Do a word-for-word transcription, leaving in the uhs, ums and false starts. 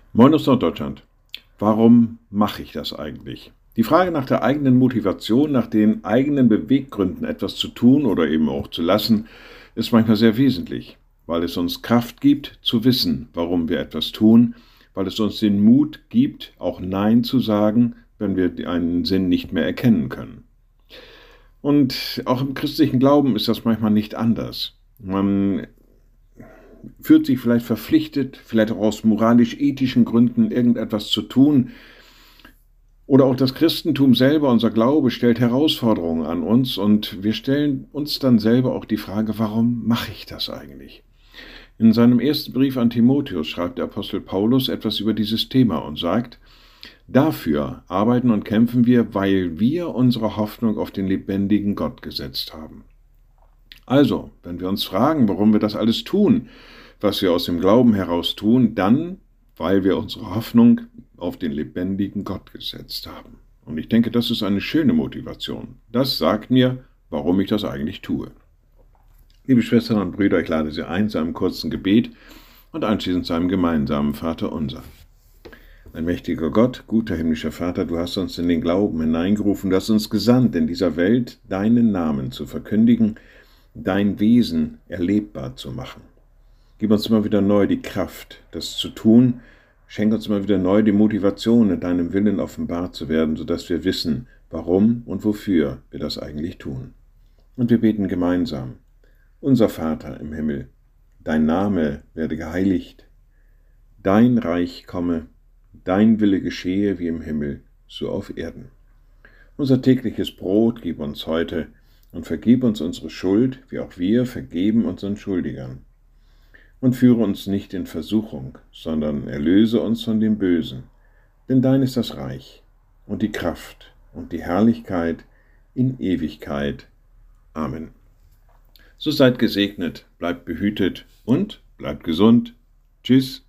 Moin aus Norddeutschland. Warum mache ich das eigentlich? Die Frage nach der eigenen Motivation, nach den eigenen Beweggründen, etwas zu tun oder eben auch zu lassen, ist manchmal sehr wesentlich, weil es uns Kraft gibt, zu wissen, warum wir etwas tun, weil es uns den Mut gibt, auch Nein zu sagen, wenn wir einen Sinn nicht mehr erkennen können. Und auch im christlichen Glauben ist das manchmal nicht anders. Man fühlt sich vielleicht verpflichtet, vielleicht auch aus moralisch-ethischen Gründen irgendetwas zu tun. Oder auch das Christentum selber, unser Glaube, stellt Herausforderungen an uns und wir stellen uns dann selber auch die Frage, warum mache ich das eigentlich? In seinem ersten Brief an Timotheus schreibt der Apostel Paulus etwas über dieses Thema und sagt: Dafür arbeiten und kämpfen wir, weil wir unsere Hoffnung auf den lebendigen Gott gesetzt haben. Also, wenn wir uns fragen, warum wir das alles tun, was wir aus dem Glauben heraus tun, dann, weil wir unsere Hoffnung auf den lebendigen Gott gesetzt haben. Und ich denke, das ist eine schöne Motivation. Das sagt mir, warum ich das eigentlich tue. Liebe Schwestern und Brüder, ich lade Sie ein zu einem kurzen Gebet und anschließend zu einem gemeinsamen Vaterunser. Ein mächtiger Gott, guter himmlischer Vater, du hast uns in den Glauben hineingerufen, du hast uns gesandt, in dieser Welt deinen Namen zu verkündigen, dein Wesen erlebbar zu machen. Gib uns immer wieder neu die Kraft, das zu tun. Schenk uns immer wieder neu die Motivation, in deinem Willen offenbar zu werden, sodass wir wissen, warum und wofür wir das eigentlich tun. Und wir beten gemeinsam. Unser Vater im Himmel, dein Name werde geheiligt, dein Reich komme, dein Wille geschehe wie im Himmel, so auf Erden. Unser tägliches Brot gib uns heute und vergib uns unsere Schuld, wie auch wir vergeben unseren Schuldigern. Und führe uns nicht in Versuchung, sondern erlöse uns von dem Bösen. Denn dein ist das Reich und die Kraft und die Herrlichkeit in Ewigkeit. Amen. So seid gesegnet, bleibt behütet und bleibt gesund. Tschüss.